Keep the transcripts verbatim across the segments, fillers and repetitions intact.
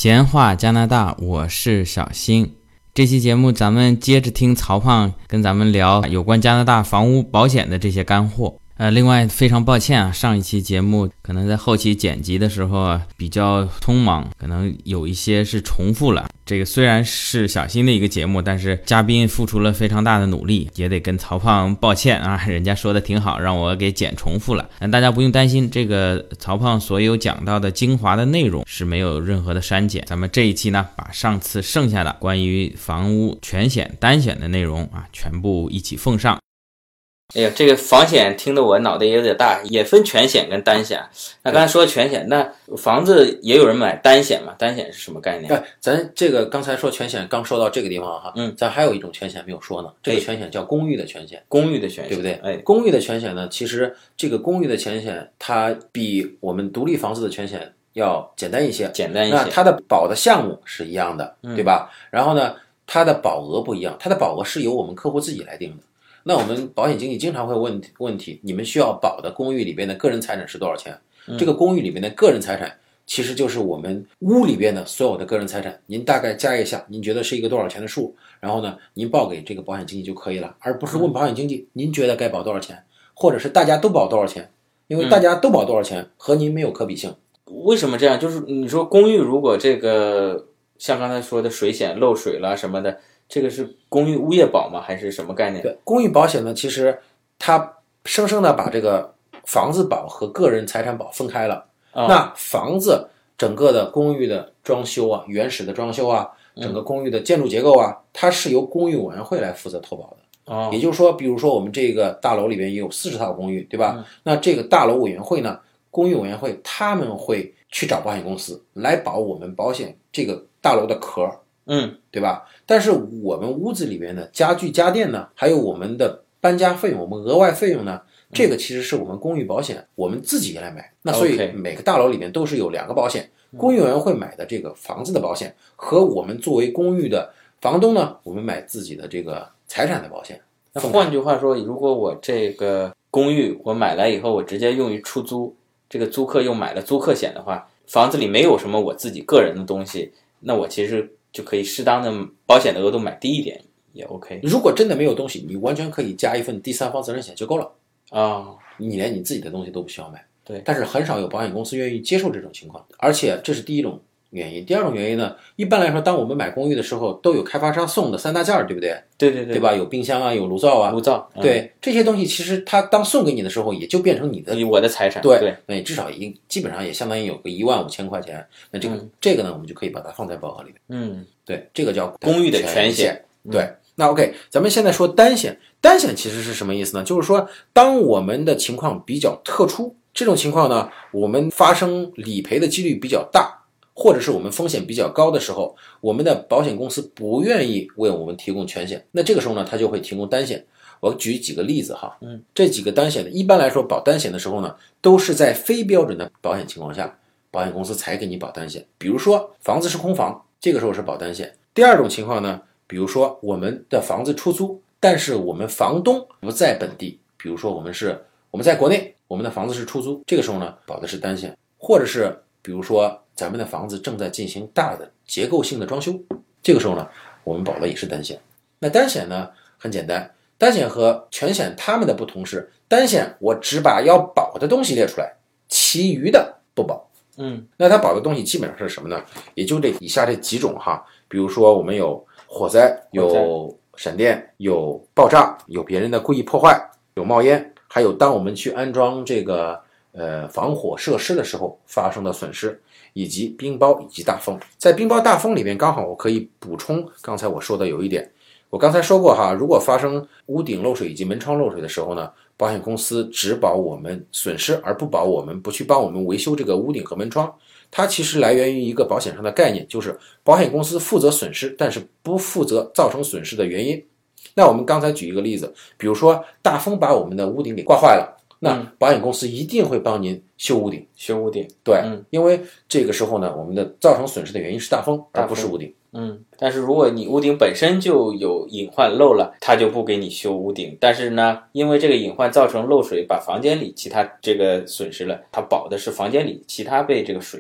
闲话加拿大，我是小新。这期节目咱们接着听曹胖跟咱们聊有关加拿大房屋保险的这些干货。呃，另外非常抱歉啊，上一期节目可能在后期剪辑的时候啊比较匆忙，可能有一些是重复了。这个虽然是小新的一个节目，但是嘉宾付出了非常大的努力，也得跟曹胖抱歉啊，人家说的挺好，让我给剪重复了。但大家不用担心，这个曹胖所有讲到的精华的内容是没有任何的删减。咱们这一期呢，把上次剩下的关于房屋全险单险的内容啊，全部一起奉上。哎呀，这个房险听得我脑袋也有点大，也分全险跟单险。那刚才说全险，那房子也有人买单险嘛？单险是什么概念？ 对，咱这个刚才说全险，刚说到这个地方哈， 嗯， 咱还有一种全险没有说呢，这个全险叫公寓的全险， 公寓的全险， 对不对？ 哎， 公寓的全险呢，其实这个公寓的全险，它比我们独立房子的全险要简单一些， 简单一些。 那它的保的项目是一样的， 嗯、 对吧？然后呢，它的保额不一样，它的保额是由我们客户自己来定的。那我们保险经纪经常会问问题，你们需要保的公寓里边的个人财产是多少钱？ 嗯、 这个公寓里边的个人财产其实就是我们屋里边的所有的个人财产，您大概加一下，您觉得是一个多少钱的数，然后呢，您报给这个保险经纪就可以了，而不是问保险经纪、嗯、您觉得该保多少钱，或者是大家都保多少钱，因为大家都保多少钱、嗯、和您没有可比性。 为什么这样？就是你说公寓如果这个像刚才说的水险漏水了什么的，这个是公寓物业保吗？还是什么概念？ 对，公寓保险呢，其实它生生的把这个房子保和个人财产保分开了。哦、那房子整个的公寓的装修啊，原始的装修啊，整个公寓的建筑结构啊，嗯、它是由公寓委员会来负责投保的。哦，也就是说，比如说我们这个大楼里边也有四十套公寓，对吧？嗯、那这个大楼委员会呢，公寓委员会他们会去找保险公司来保我们保险这个大楼的壳。 嗯， 对吧？但是我们屋子里面的家具家电呢，还有我们的搬家费用，我们额外费用呢，这个其实是我们公寓保险我们自己来买。那所以每个大楼里面都是有两个保险，公寓委员会买的这个房子的保险，和我们作为公寓的房东呢，我们买自己的这个财产的保险。 那换句话说，如果我这个公寓我买来以后，我直接用于出租，这个租客又买了租客险的话，房子里没有什么我自己个人的东西，那我其实就可以适当的保险的额度买低一点也 OK。 如果真的没有东西，你完全可以加一份第三方责任险就够了啊、哦， 你连你自己的东西都不需要买。 对， 但是很少有保险公司愿意接受这种情况，而且这是第一种原因。第二种原因呢，一般来说当我们买公寓的时候都有开发商送的三大件，对不对？ 对对对， 对吧？有冰箱啊，有炉灶啊， 炉灶、 嗯、对，这些东西其实它当送给你的时候也就变成你的我的财产。 对对， 那至少一基本上也相当于有个一万五千块钱，那这个、嗯、这个呢我们就可以把它放在保额里面。 嗯， 对，这个叫公寓的全险。 对、嗯，那 OK， 咱们现在说单险，单险其实是什么意思呢？就是说当我们的情况比较特殊，这种情况呢，我们发生理赔的几率比较大，或者是我们风险比较高的时候，我们的保险公司不愿意为我们提供全险，那这个时候呢，他就会提供单险。我举几个例子哈， 嗯， 这几个单险呢，一般来说保单险的时候呢，都是在非标准的保险情况下，保险公司才给你保单险。比如说房子是空房，这个时候是保单险。第二种情况呢，比如说我们的房子出租，但是我们房东不在本地，比如说我们是我们在国内，我们的房子是出租，这个时候呢，保的是单险。或者是比如说咱们的房子正在进行大的结构性的装修，这个时候呢，我们保的也是单险。那单险呢，很简单，单险和全险它们的不同是，单险我只把要保的东西列出来，其余的不保。 嗯， 那它保的东西基本上是什么呢？也就这以下这几种哈，比如说我们有火灾，有闪电，有爆炸，有别人的故意破坏，有冒烟，还有当我们去安装这个呃防火设施的时候发生的损失，以及冰雹以及大风。在冰雹大风里面，刚好我可以补充刚才我说的有一点，我刚才说过哈，如果发生屋顶漏水以及门窗漏水的时候呢，保险公司只保我们损失，而不保我们不去帮我们维修这个屋顶和门窗。它其实来源于一个保险上的概念，就是保险公司负责损失，但是不负责造成损失的原因。那我们刚才举一个例子，比如说大风把我们的屋顶给刮坏了，那保险公司一定会帮您修屋顶。 修屋顶， 对、 嗯， 因为这个时候呢，我们的造成损失的原因是大风，而不是屋顶。 嗯，但是如果你屋顶本身就有隐患漏了，他就不给你修屋顶。但是呢，因为这个隐患造成漏水，把房间里其他这个损失了，他保的是房间里其他被这个水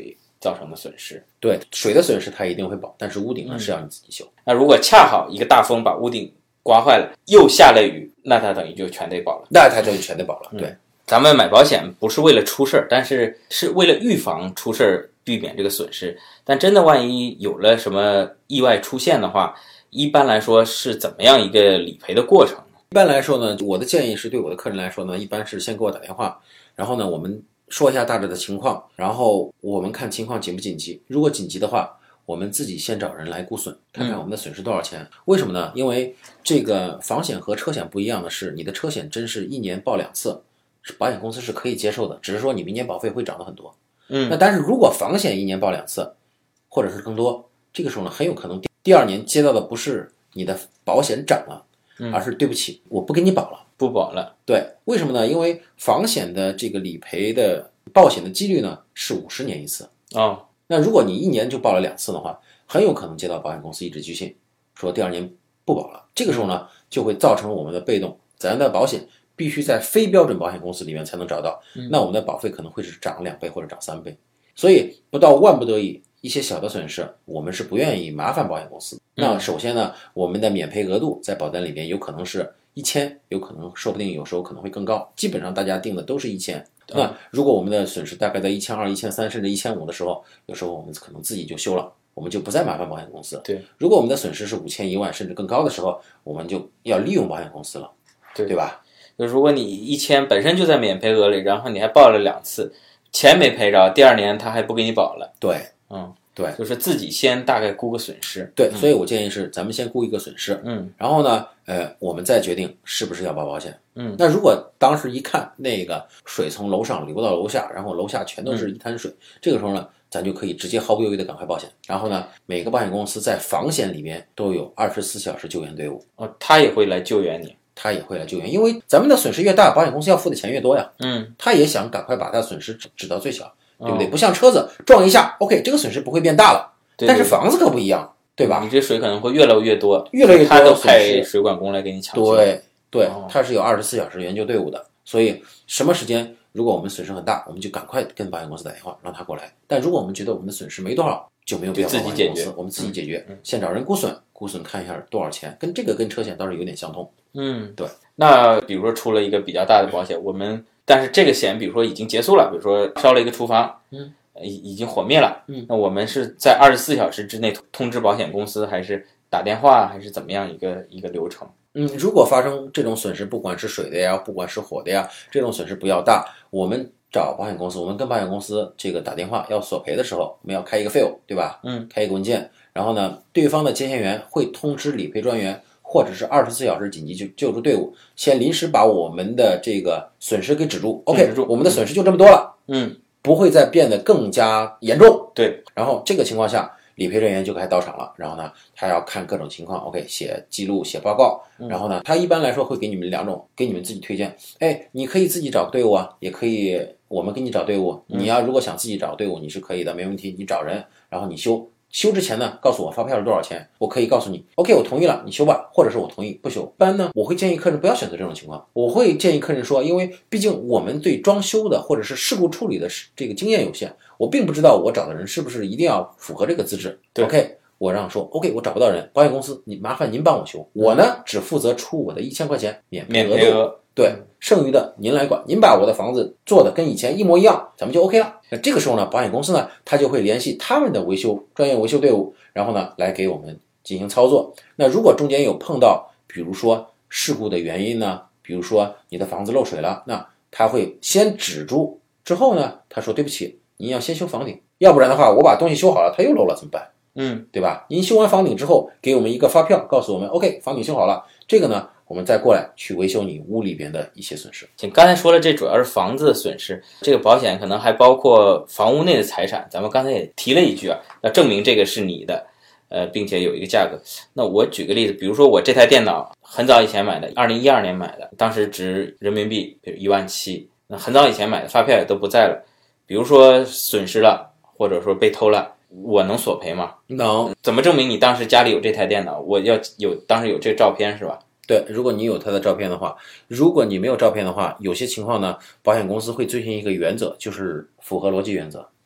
造成的损失。 对，水的损失它一定会保，但是屋顶呢、嗯、是要你自己修。 那如果恰好一个大风把屋顶刮坏了，又下了雨，那它等于就全得保了。 那它就全得保了。对、 嗯，咱们买保险不是为了出事儿，但是是为了预防出事儿，避免这个损失。但真的万一有了什么意外出现的话，一般来说是怎么样一个理赔的过程？ 一般来说呢，我的建议是对我的客人来说呢，一般是先给我打电话，然后呢，我们说一下大致的情况，然后我们看情况紧不紧急。如果紧急的话，我们自己先找人来估损，看看我们的损失多少钱。嗯、为什么呢？因为这个房险和车险不一样的是，你的车险真是一年报两次，保险公司是可以接受的，只是说你明年保费会涨得很多。 嗯， 那但是如果房险一年报两次，或者是更多，这个时候呢，很有可能第二年接到的不是你的保险涨了。而是对不起，我不给你保了， 不保了。 对，为什么呢？因为房险的这个理赔的报险的几率呢是五十年一次哦。 那如果你一年就报了两次的话，很有可能接到保险公司一纸拒信，说第二年不保了。这个时候呢，就会造成我们的被动，咱的保险必须在非标准保险公司里面才能找到，那我们的保费可能会是涨两倍或者涨三倍。所以不到万不得已，一些小的损失，我们是不愿意麻烦保险公司。那首先呢，我们的免赔额度在保单里面有可能是一千，有可能说不定有时候可能会更高，基本上大家定的都是一千。那如果我们的损失大概在一千二、一千三甚至一千五的时候，有时候我们可能自己就修了，我们就不再麻烦保险公司。 对， 如果我们的损失是五千、一万甚至更高的时候，我们就要利用保险公司了， 对对吧？ 就如果你一千本身就在免赔额里，然后你还报了两次，钱没赔着，第二年他还不给你保了。 对， 嗯。 对， 就是自己先大概估个损失。 对，所以我建议是咱们先估一个损失， 嗯， 然后呢，呃，我们再决定是不是要报保险。 嗯， 那如果当时一看那个水从楼上流到楼下，然后楼下全都是一滩水，嗯、这个时候呢，咱就可以直接毫不犹豫的赶快保险。然后呢，每个保险公司在房险里面都有二十四小时救援队伍。 哦，他也会来救援你。 他也会来救援，因为咱们的损失越大，保险公司要付的钱越多呀。 嗯， 他也想赶快把他损失止到最小，对不对？哦、不像车子撞一下 ，OK， 这个损失不会变大了。 对对对， 但是房子可不一样，对吧？ 你这水可能会越漏越多， 越来越多， 他都派水管工来给你抢。 对对，他是有二十四小时援救队伍的，所以什么时间如果我们损失很大，我们就赶快跟保险公司打电话让他过来。但如果我们觉得我们的损失没多少，就没有必要自己解决， 我们自己解决。嗯、先找人估损，估损看一下多少钱，跟这个跟车险倒是有点相通。 嗯， 对。 那比如说出了一个比较大的保险，我们但是这个险比如说已经结束了，比如说烧了一个厨房， 嗯。 已已经火灭了， 嗯， 那我们是在二十四小时之内通知保险公司，还是打电话，还是怎么样一个一个流程？ 嗯，如果发生这种损失，不管是水的呀，不管是火的呀，这种损失不要大，我们找保险公司，我们跟保险公司这个打电话要索赔的时候，我们要开一个 file， 对吧？ 嗯， 开一个文件，然后呢，对方的接线员会通知理赔专员，或者是二十四小时紧急救救助队伍，先临时把我们的这个损失给止住。OK， 我们的损失就这么多了。 嗯。 不会再变得更加严重。 对， 然后这个情况下，理赔人员就该到场了。然后呢，他要看各种情况 ，OK， 写记录、写报告。然后呢，他一般来说会给你们两种，给你们自己推荐。哎，你可以自己找队伍啊，也可以我们给你找队伍。你要如果想自己找队伍，你是可以的，没问题。你找人，然后你修。修之前呢，告诉我发票是多少钱，我可以告诉你 OK 我同意了，你修吧，或者是我同意不修。一般呢，我会建议客人不要选择这种情况，我会建议客人说，因为毕竟我们对装修的或者是事故处理的这个经验有限，我并不知道我找的人是不是一定要符合这个资质。 OK， 我让说 OK 我找不到人，保险公司你麻烦您帮我修，我呢只负责出我的一千块钱免赔额度，对，剩余的您来管，您把我的房子做的跟以前一模一样，咱们就 OK 了。那这个时候呢，保险公司呢，他就会联系他们的维修专业维修队伍，然后呢，来给我们进行操作。那如果中间有碰到，比如说事故的原因呢，比如说你的房子漏水了，那他会先止住，之后呢，他说对不起，您要先修房顶，要不然的话，我把东西修好了，它又漏了怎么办？ 嗯， 对吧？您修完房顶之后，给我们一个发票，告诉我们 OK， 房顶修好了，这个呢，我们再过来去维修你屋里边的一些损失。 行，刚才说了，这主要是房子的损失，这个保险可能还包括房屋内的财产。咱们刚才也提了一句啊，要证明这个是你的，呃，并且有一个价格。那我举个例子，比如说我这台电脑很早以前买的，二零一二年买的，当时值人民币比如一万七，那很早以前买的，发票也都不在了。比如说损失了，或者说被偷了，我能索赔吗？ 能。 怎么证明你当时家里有这台电脑？我要有当时有这个照片是吧？ 对，如果你有他的照片的话，如果你没有照片的话，有些情况呢，保险公司会遵循一个原则，就是符合逻辑原则。 嗯，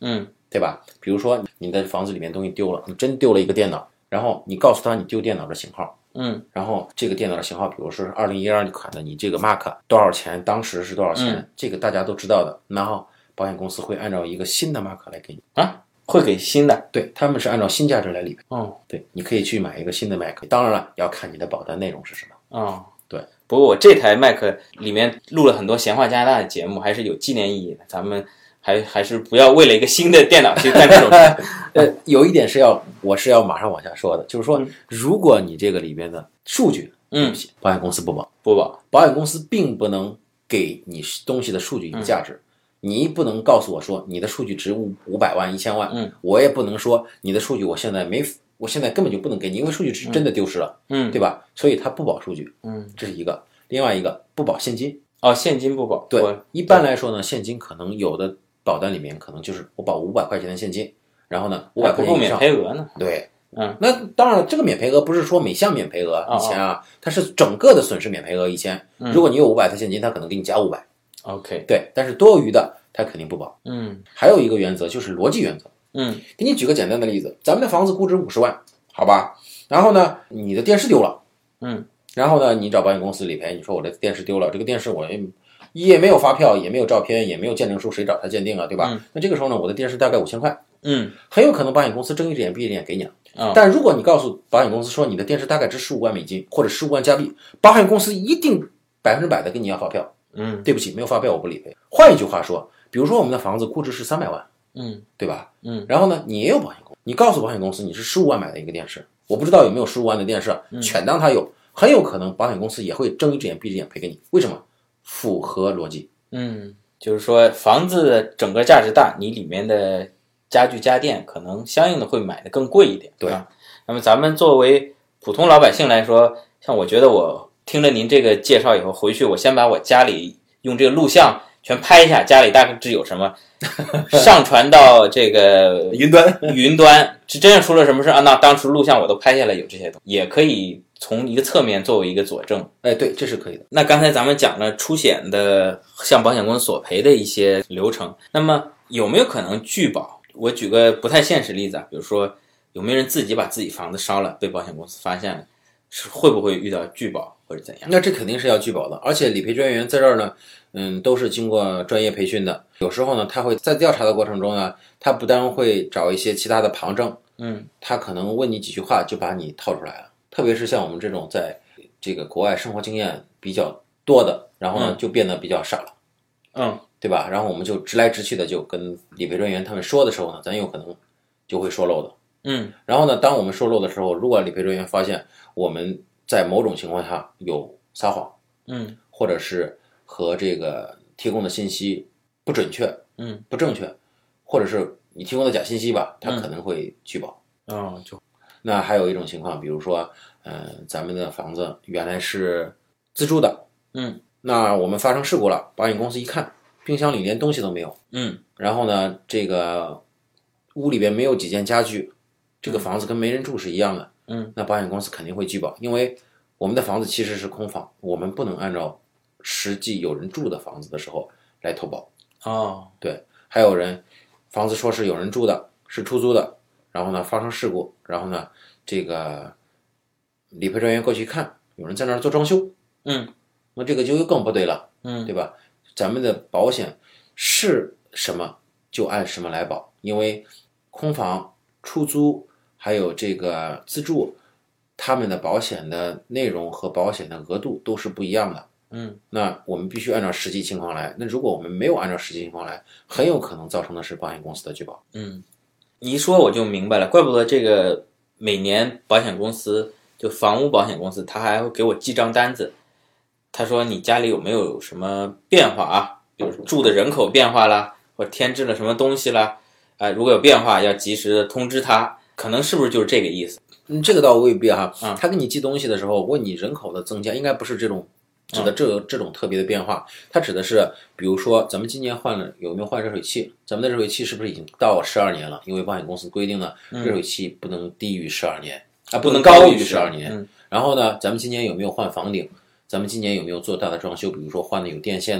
对吧？比如说你的房子里面东西丢了，你真丢了一个电脑，然后你告诉他你丢电脑的型号， 嗯， 然后这个电脑的型号，比如说是二零一二款的，你这个 Mac 多少钱，当时是多少钱， 嗯、 这个大家都知道的。然后保险公司会按照一个新的 Mac 来给你啊，会给新的， 对，他们是按照新价值来理赔。 哦， 对，你可以去买一个新的 Mac， 当然了，要看你的保单内容是什么。 哦， 对。 不过我这台 Mac 里面录了很多闲话加拿大的节目，还是有纪念意义的。咱们还还是不要为了一个新的电脑去干这种事。 呃，有一点是要，我是要马上往下说的，就是说， 嗯、 如果你这个里边的数据， 嗯， 保险公司不保， 不保， 保险公司并不能给你东西的数据有价值。嗯，你不能告诉我说你的数据值五五百万、一千万， 嗯， 我也不能说你的数据我现在没，我现在根本就不能给你，因为数据值真的丢失了， 嗯， 对吧？所以它不保数据， 嗯， 这是一个。另外一个不保现金， 哦，现金不保， 对，一般来说呢，现金可能有的保单里面可能就是我保五百块钱的现金，然后呢五百块钱以上， 不够免赔额呢， 对。 嗯， 那当然了，这个免赔额不是说每项免赔额一千啊，它是整个的损失免赔额一千。如果你有五百的现金，它可能给你加五百。 OK， 对，但是多余的它肯定不保。 嗯， 还有一个原则就是逻辑原则。 嗯， 给你举个简单的例子，咱们的房子估值五十万，好吧？然后呢，你的电视丢了， 嗯， 然后呢，你找保险公司理赔，你说我的电视丢了，这个电视我也也没有发票，也没有照片，也没有见证书，谁找他鉴定啊，对吧？ 嗯、 那这个时候呢，我的电视大概五千块， 嗯， 很有可能保险公司睁一只眼闭一只眼给你了。 哦、 但如果你告诉保险公司说你的电视大概值十五万美金或者十五万加币，保险公司一定百分之百的跟你要发票。 嗯， 对不起，没有发票我不理赔。换一句话说，比如说我们的房子估值是三百万， 嗯， 对吧？ 嗯， 然后呢，你也有保险公司，你告诉保险公司你是十五万买的一个电视，我不知道有没有十五万的电视，全当它有，很有可能保险公司也会睁一只眼闭一只眼赔给你。为什么？符合逻辑。 嗯，就是说房子的整个价值大，你里面的家具家电可能相应的会买的更贵一点。 对啊，那么咱们作为普通老百姓来说，像我觉得我听了您这个介绍以后，回去我先把我家里用这个录像全拍一下，家里大致有什么，上传到这个云端， 云端是真正出了什么事啊？那当时录像我都拍下来，有这些东西，也可以从一个侧面作为一个佐证。 哎，对，这是可以的。 那刚才咱们讲了出险的向保险公司索赔的一些流程，那么有没有可能拒保？我举个不太现实例子啊，比如说有没有人自己把自己房子烧了，被保险公司发现了，是会不会遇到拒保或者怎样？ 那这肯定是要拒保的，而且理赔专员在这儿呢，嗯，都是经过专业培训的。有时候呢，他会在调查的过程中呢，他不但会找一些其他的旁证， 嗯， 他可能问你几句话就把你套出来了。特别是像我们这种在这个国外生活经验比较多的，然后呢就变得比较傻了， 嗯， 对吧？然后我们就直来直去的就跟理赔专员他们说的时候呢，咱有可能就会说漏的。 嗯， 然后呢，当我们说漏的时候，如果理赔专员发现我们在某种情况下有撒谎， 嗯， 或者是和这个提供的信息不准确， 嗯， 不正确，或者是你提供的假信息吧，他可能会拒保。 嗯、哦，就那还有一种情况，比如说，呃，咱们的房子原来是自住的， 嗯， 那我们发生事故了，保险公司一看，冰箱里连东西都没有， 嗯， 然后呢，这个屋里边没有几件家具，这个房子跟没人住是一样的， 嗯， 那保险公司肯定会拒保，因为我们的房子其实是空房，我们不能按照实际有人住的房子的时候来投保。 哦， 对，还有人房子说是有人住的，是出租的，然后呢发生事故，然后呢这个理赔专员过去看，有人在那儿做装修， 嗯， 那这个就更不对了， 嗯， 对吧？咱们的保险是什么就按什么来保，因为空房、出租还有这个自住，他们的保险的内容和保险的额度都是不一样的。 嗯， 那我们必须按照实际情况来。那如果我们没有按照实际情况来，很有可能造成的是保险公司的拒保。 嗯，你一说我就明白了，怪不得这个每年保险公司就房屋保险公司，他还会给我寄张单子，他说你家里有没有什么变化啊？比如住的人口变化啦，或者添置了什么东西啦，啊、呃，如果有变化要及时的通知他，可能是不是就是这个意思？ 嗯，这个倒未必哈。 嗯、 他给你寄东西的时候问你人口的增加，应该不是这种。指的这这种特别的变化，它指的是，比如说咱们今年换了有没有换热水器？咱们的热水器是不是已经到十二年了？因为保险公司规定呢，热水器不能低于十二年、嗯、啊，不能高于十二年。 嗯、 然后呢，咱们今年有没有换房顶？咱们今年有没有做大的装修？比如说换的有电线呢，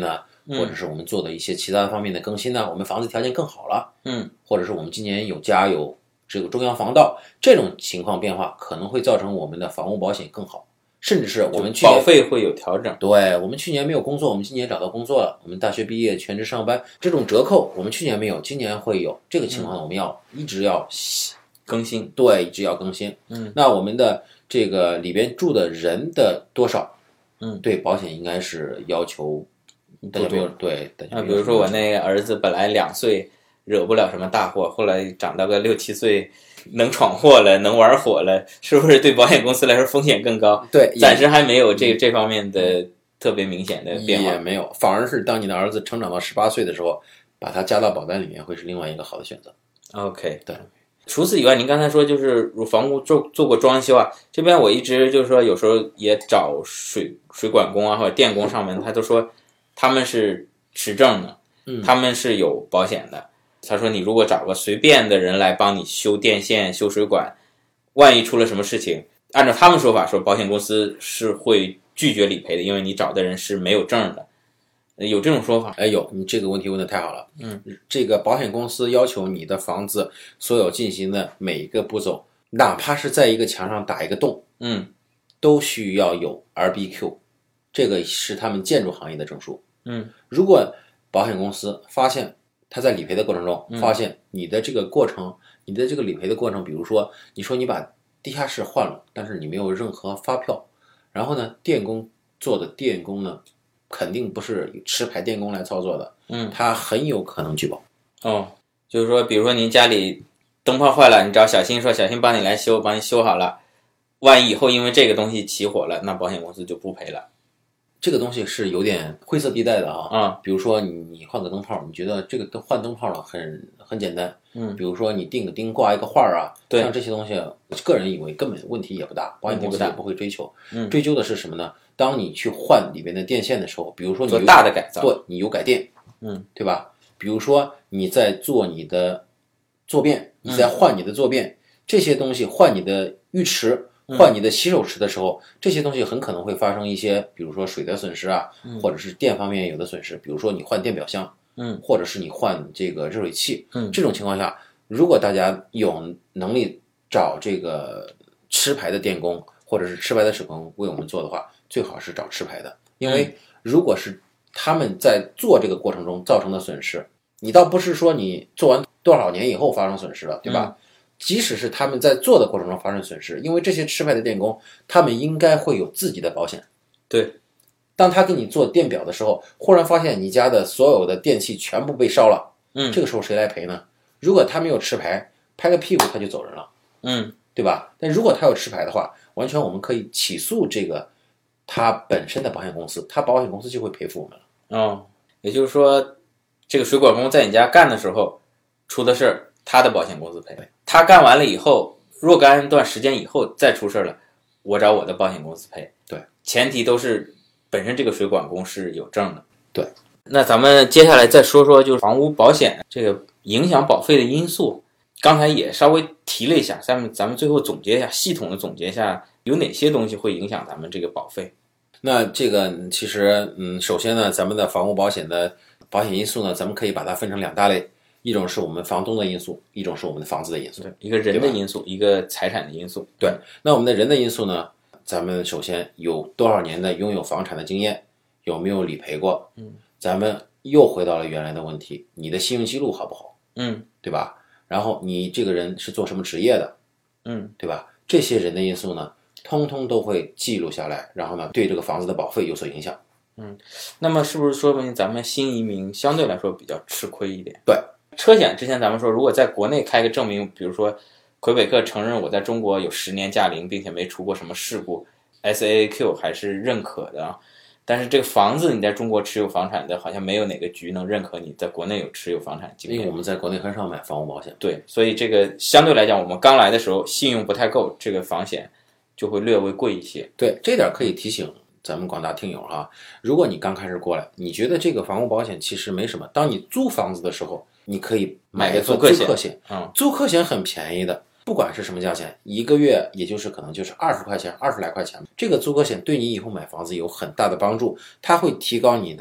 或者是我们做的一些其他方面的更新呢，我们房子条件更好了， 嗯， 或者是我们今年有家有这个中央防盗，这种情况变化可能会造成我们的房屋保险更好，甚至是我们去年保费会有调整。 对，我们去年没有工作，我们今年找到工作了，我们大学毕业全职上班，这种折扣我们去年没有，今年会有，这个情况我们要一直要更新， 对，一直要更新。 嗯， 那我们的这个里边住的人的多少， 嗯， 对保险应该是要求大家没有对。 那比如说我那个儿子本来两岁惹不了什么大祸，后来长到个六七岁能闯祸了，能玩火了，是不是对保险公司来说风险更高？ 对， 暂时还没有这这方面的特别明显的变化， 也没有，反而是当你的儿子成长到十八岁的时候，把他加到保单里面会是另外一个好的选择。 OK， 对。 除此以外，您刚才说就是房屋做做过装修啊，这边我一直就是说有时候也找水水管工啊或者电工上门，他都说他们是持证的， 嗯， 他们是有保险的。他说你如果找个随便的人来帮你修电线修水管，万一出了什么事情，按照他们说法说保险公司是会拒绝理赔的，因为你找的人是没有证的。有这种说法？ 哎，有，你这个问题问得太好了。 嗯， 这个保险公司要求你的房子所有进行的每一个步骤，哪怕是在一个墙上打一个洞， 嗯， 都需要有 R B Q， 这个是他们建筑行业的证书。 嗯， 如果保险公司发现他在理赔的过程中嗯发现你的这个过程，你的这个理赔的过程，比如说你说你把地下室换了，但是你没有任何发票，然后呢，电工做的电工呢，肯定不是持牌电工来操作的， 嗯， 他很有可能拒保。 哦，就是说，比如说您家里灯泡坏了，你找小新说，小新帮你来修，帮你修好了，万一以后因为这个东西起火了，那保险公司就不赔了。 这个东西是有点灰色地带的啊， 啊、嗯， 比如说你你换个灯泡，你觉得这个换灯泡了很很简单， 嗯， 比如说你钉个钉挂一个画啊， 对， 像这些东西，个人以为根本问题也不大，保险公司也不会追求， 嗯， 追究的是什么呢？当你去换里面的电线的时候，比如说你做大的改造， 对，你有改电， 嗯， 对吧？比如说你在做你的坐便，你在换你的坐便，嗯、这些东西换你的浴池。换你的洗手池的时候，这些东西很可能会发生一些，比如说水的损失啊， 嗯、 或者是电方面有的损失，比如说你换电表箱， 嗯， 或者是你换这个热水器， 嗯， 这种情况下，如果大家有能力找这个持牌的电工或者是持牌的水工为我们做的话，最好是找持牌的，因为如果是他们在做这个过程中造成的损失，你倒不是说你做完多少年以后发生损失了，对吧？嗯，即使是他们在做的过程中发生损失，因为这些持牌的电工，他们应该会有自己的保险。 对， 当他给你做电表的时候，忽然发现你家的所有的电器全部被烧了， 嗯， 这个时候谁来赔呢？如果他没有持牌，拍个屁股他就走人了， 嗯， 对吧？但如果他有持牌的话，完全我们可以起诉这个他本身的保险公司，他保险公司就会赔付我们了。 哦，也就是说，这个水管工在你家干的时候出的事儿，他的保险公司赔。他干完了以后，若干段时间以后再出事了，我找我的保险公司赔。 对， 前提都是本身这个水管工是有证的。 对， 那咱们接下来再说说，就是房屋保险这个影响保费的因素。刚才也稍微提了一下，咱们咱们最后总结一下，系统的总结一下，有哪些东西会影响咱们这个保费？ 那这个其实，嗯，首先呢，咱们的房屋保险的保险因素呢，咱们可以把它分成两大类。一种是我们房东的因素，一种是我们的房子的因素， 对，一个人的因素，一个财产的因素。 对，那我们的人的因素呢？咱们首先有多少年的拥有房产的经验，有没有理赔过？ 嗯， 咱们又回到了原来的问题，你的信用记录好不好？ 嗯， 对吧？然后你这个人是做什么职业的？ 嗯， 对吧？这些人的因素呢，通通都会记录下来，然后呢，对这个房子的保费有所影响。 嗯，那么是不是说明咱们新移民相对来说比较吃亏一点？ 对。 车险之前咱们说，如果在国内开个证明，比如说魁北克承认我在中国有十年驾龄，并且没出过什么事故 ，S A A Q 还是认可的啊。但是这个房子你在中国持有房产的，好像没有哪个局能认可你在国内有持有房产经验。 因为我们在国内很少买房屋保险。 对，所以这个相对来讲，我们刚来的时候信用不太够，这个房险就会略微贵一些。 对，这点可以提醒咱们广大听友哈，如果你刚开始过来，你觉得这个房屋保险其实没什么，当你租房子的时候，你可以买个租客险， 租客险， 嗯， 租客险很便宜的，不管是什么价钱，一个月也就是可能就是二十块钱，二十来块钱。这个租客险对你以后买房子有很大的帮助，它会提高你的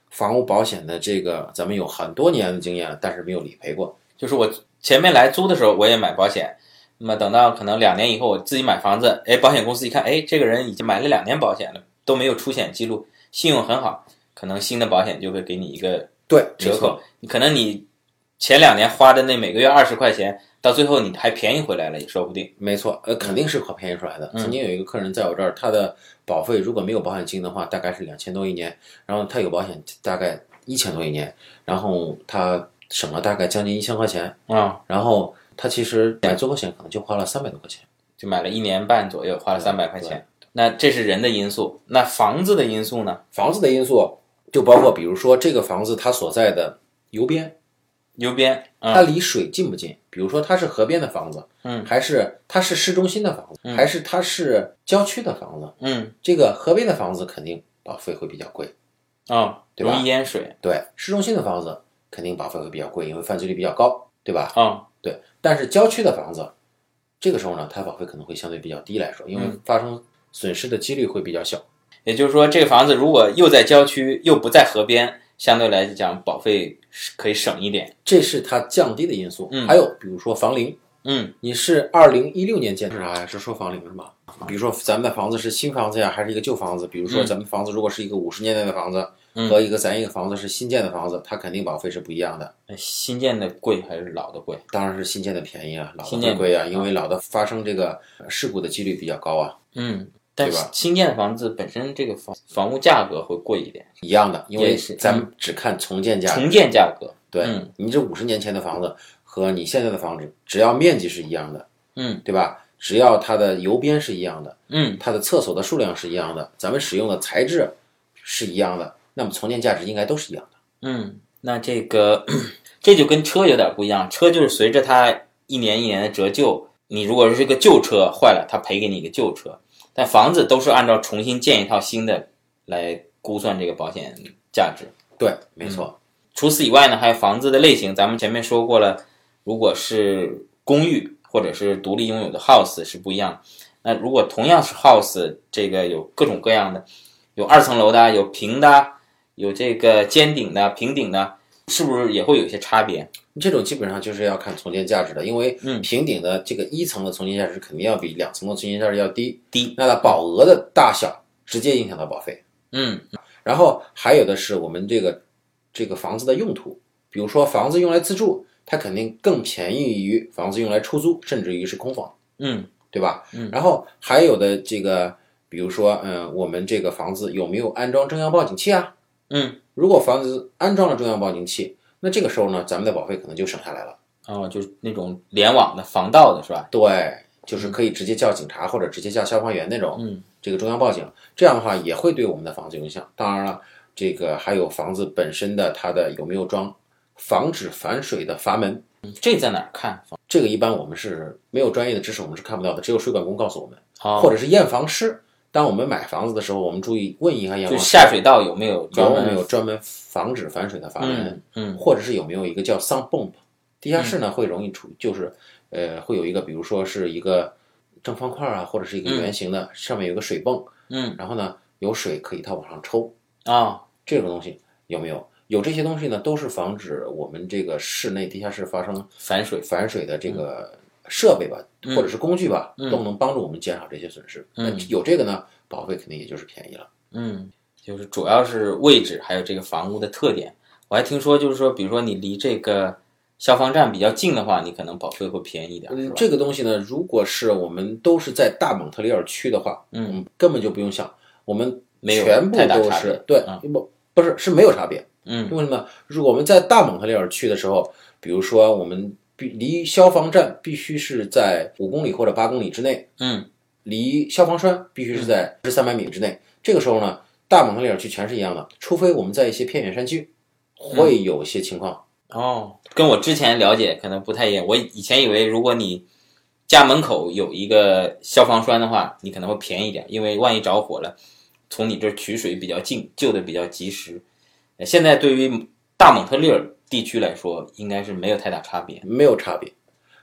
房屋保险的这个咱们有很多年的经验了，但是没有理赔过。 就是我前面来租的时候我也买保险，那么等到可能两年以后我自己买房子，哎，保险公司一看，哎，这个人已经买了两年保险了，都没有出险记录，信用很好，可能新的保险就会给你一个对折扣。可能你前两年花的那每个月二十块钱，到最后你还便宜回来了也说不定。 没错，呃，肯定是可便宜出来的。 嗯、 曾经有一个客人在我这儿，他的保费如果没有保险金的话，大概是两千多一年，然后他有保险大概一千多一年，然后他省了大概将近一千块钱啊、哦， 然后他其实买做保险可能就花了三百多块钱， 就买了一年半左右，花了三百块钱。那这是人的因素，那房子的因素呢？ 房子的因素就包括，比如说这个房子它所在的邮边， 邮边， 嗯、它离水近不近？比如说它是河边的房子， 嗯， 还是它是市中心的房子， 嗯、 还是它是郊区的房子？ 嗯， 这个河边的房子肯定保费会比较贵， 哦， 对吧？ 容易淹水。 对，市中心的房子肯定保费会比较贵，因为犯罪率比较高，对吧？ 哦， 对。但是郊区的房子，这个时候呢，它保费可能会相对比较低来说，因为发生损失的几率会比较小。 也就是说，这个房子如果又在郊区，又不在河边，相对来讲保费可以省一点， 这是它降低的因素。 嗯， 还有比如说房龄， 嗯， 你是二零一六年建是啥呀？是说房龄是吗？比如说咱们的房子是新房子呀，还是一个旧房子？比如说咱们房子如果是一个五十年代的房子， 嗯、 和一个咱一个房子是新建的房子，它肯定保费是不一样的。 新建的贵还是老的贵？ 当然是新建的便宜啊，老的会贵啊，因为老的发生这个事故的几率比较高啊。 嗯。但是新建的房子本身这个房房屋价格会贵一点， 一样的，因为咱们只看重建价格。 重建价格， 对， 嗯、 你这五十年前的房子和你现在的房子，只要面积是一样的， 嗯， 对吧？只要它的邮边是一样的， 嗯， 它的厕所的数量是一样的，咱们使用的材质是一样的，那么重建价值应该都是一样的。 嗯，那这个这就跟车有点不一样，车就是随着它一年一年的折旧，你如果是个旧车坏了，它赔给你一个旧车。但房子都是按照重新建一套新的来估算这个保险价值。 对，没错。 嗯、除此以外呢，还有房子的类型，咱们前面说过了，如果是公寓或者是独立拥有的 house 是不一样。那如果同样是 house， 这个有各种各样的，有二层楼的，有平的，有这个尖顶的、平顶的，是不是也会有一些差别？ 这种基本上就是要看重建价值的，因为平顶的这个一层的重建价值肯定要比两层的重建价值要低， 低， 那它保额的大小直接影响到保费。 嗯， 然后还有的是我们这个这个房子的用途，比如说房子用来自住，它肯定更便宜于房子用来出租，甚至于是空房， 嗯， 对吧？ 嗯， 然后还有的这个，比如说，嗯，我们这个房子有没有安装中央报警器啊？ 嗯， 如果房子安装了中央报警器，那这个时候呢，咱们的保费可能就省下来了。 哦，就是那种联网的防盗的是吧？ 对，就是可以直接叫警察或者直接叫消防员那种。 嗯， 这个中央报警，这样的话也会对我们的房子有影响。当然了，这个还有房子本身的它的有没有装防止反水的阀门， 这在哪儿看？ 这个一般我们是没有专业的知识，我们是看不到的，只有水管工告诉我们， 哦、 或者是验房师。当我们买房子的时候，我们注意问一下验房师， 就下水道有没有专门有没有专门防止反水的阀门， 嗯，嗯或者是有没有一个叫 sump pump， 地下室呢、嗯、会容易出，就是呃会有一个，比如说是一个正方块啊，或者是一个圆形的，嗯、上面有个水泵， 嗯， 然后呢有水可以它往上抽啊、哦， 这个东西有没有？有这些东西呢，都是防止我们这个室内地下室发生反水反水的这个设备吧， 嗯、 或者是工具吧， 嗯、 都能帮助我们减少这些损失。 嗯， 那有这个呢，保费肯定也就是便宜了。 嗯，就是主要是位置，还有这个房屋的特点。我还听说，就是说，比如说你离这个消防站比较近的话，你可能保费会便宜一点。 嗯，这个东西呢，如果是我们都是在大蒙特利尔区的话， 嗯， 根本就不用想，我们没有全部都是对， 嗯、 不不是是没有差别。 嗯， 为什么？如果我们在大蒙特利尔区的时候，比如说我们离消防站必须是在五公里或者八公里之内， 嗯， 离消防栓必须是在三百米之内。这个时候呢，大蒙特利尔区全是一样的，除非我们在一些偏远山区会有些情况。 嗯、哦，跟我之前了解可能不太一样。我以前以为如果你家门口有一个消防栓的话，你可能会便宜一点，因为万一着火了，从你这取水比较近，救的比较及时。现在对于大蒙特利尔地区来说，应该是没有太大差别。 没有差别。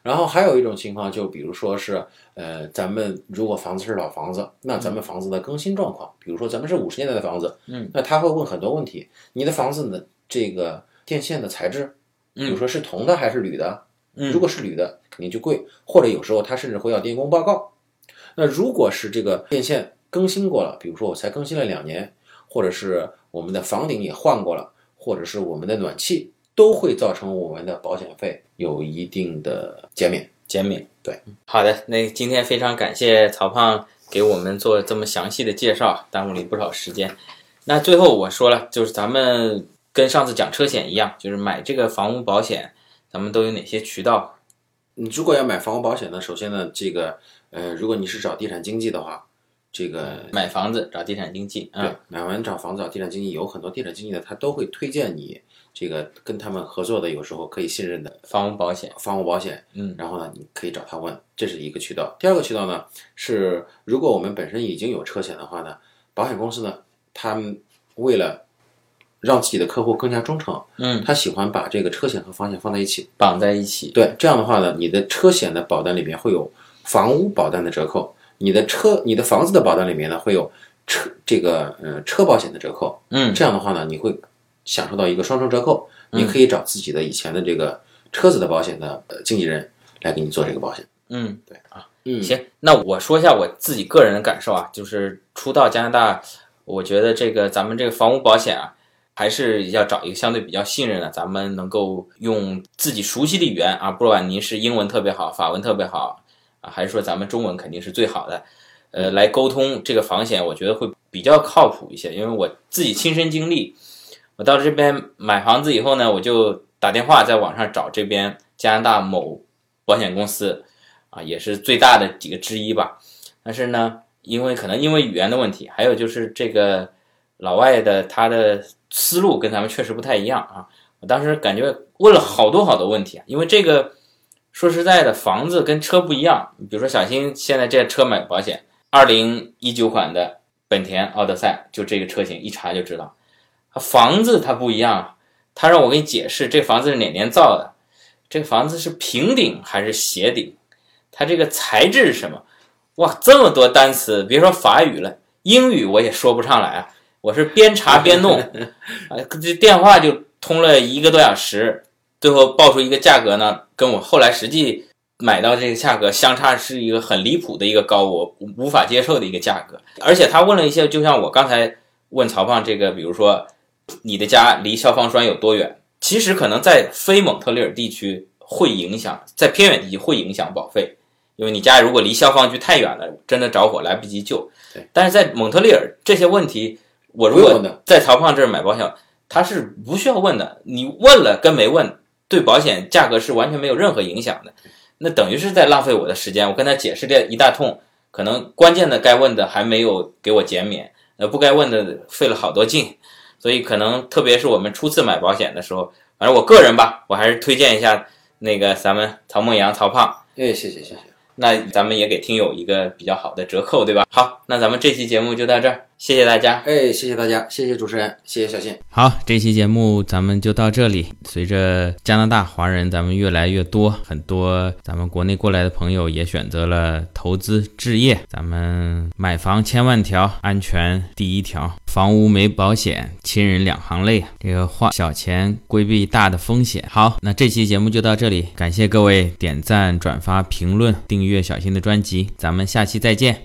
然后还有一种情况，就比如说是，呃，咱们如果房子是老房子，那咱们房子的更新状况，比如说咱们是五十年代的房子， 嗯， 那他会问很多问题，你的房子的这个电线的材质，比如说是铜的还是铝的， 嗯， 如果是铝的肯定就贵，或者有时候他甚至会要电工报告。那如果是这个电线更新过了，比如说我才更新了两年，或者是我们的房顶也换过了，或者是我们的暖气，都会造成我们的保险费有一定的减免。 减免， 对， 好的，那今天非常感谢曹胖给我们做这么详细的介绍，耽误了不少时间。那最后我说了，就是咱们跟上次讲车险一样，就是买这个房屋保险，咱们都有哪些渠道？ 你如果要买房屋保险呢，首先呢，这个呃，如果你是找地产经纪的话，这个买房子找地产经纪， 对，嗯、买完找房子找地产经纪，有很多地产经纪呢，他都会推荐你这个跟他们合作的，有时候可以信任的房屋保险， 房屋保险， 嗯， 然后呢，你可以找他问，这是一个渠道。第二个渠道呢，是如果我们本身已经有车险的话呢，保险公司呢，他们为了让自己的客户更加忠诚， 嗯， 他喜欢把这个车险和房险放在一起， 绑在一起， 对，这样的话呢，你的车险的保单里面会有房屋保单的折扣，你的车、你的房子的保单里面呢会有车这个呃车保险的折扣， 嗯， 这样的话呢，你会享受到一个双重折扣。你可以找自己的以前的这个车子的保险的经纪人来给你做这个保险。 嗯， 对啊， 嗯， 行，那我说一下我自己个人的感受啊，就是初到加拿大，我觉得这个咱们这个房屋保险啊，还是要找一个相对比较信任的，咱们能够用自己熟悉的语言啊，不管您是英文特别好，法文特别好啊，还是说咱们中文肯定是最好的，呃，来沟通这个房险，我觉得会比较靠谱一些，因为我自己亲身经历。我到这边买房子以后呢，我就打电话在网上找这边加拿大某保险公司啊，也是最大的几个之一吧。但是呢，因为可能因为语言的问题，还有就是这个老外的他的思路跟咱们确实不太一样啊。我当时感觉问了好多好多问题啊，因为这个说实在的，房子跟车不一样。比如说小新现在这车买保险，二零一九款的本田奥德赛，就这个车型一查就知道。房子它不一样啊，他让我给你解释这个房子是哪年造的，这个房子是平顶还是斜顶，它这个材质是什么？哇，这么多单词，别说法语了，英语我也说不上来啊，我是边查边弄，啊，这电话就通了一个多小时，最后报出一个价格呢，跟我后来实际买到这个价格相差是一个很离谱的一个高，我无法接受的一个价格。而且他问了一些，就像我刚才问曹胖这个，比如说你的家离消防栓有多远？其实可能在非蒙特利尔地区会影响，在偏远地区会影响保费，因为你家如果离消防局太远了，真的着火来不及救。 对， 但是在蒙特利尔这些问题，我如果在曹胖这儿买保险，他是不需要问的。你问了跟没问，对保险价格是完全没有任何影响的。那等于是在浪费我的时间，我跟他解释这一大通，可能关键的该问的还没有给我减免，呃，不该问的费了好多劲。所以可能特别是我们初次买保险的时候，反正我个人吧，我还是推荐一下那个咱们曹梦阳曹胖。 哎，谢谢谢谢。 那咱们也给听友一个比较好的折扣，对吧？好，那咱们这期节目就到这儿，谢谢大家。 哎，谢谢大家，谢谢主持人，谢谢小信。 好，这期节目咱们就到这里。随着加拿大华人咱们越来越多，很多咱们国内过来的朋友也选择了投资置业。咱们买房千万条，安全第一条，房屋没保险，亲人两行泪。这个花小钱规避大的风险。好，那这期节目就到这里，感谢各位点赞、转发、评论、订阅小新的专辑，咱们下期再见。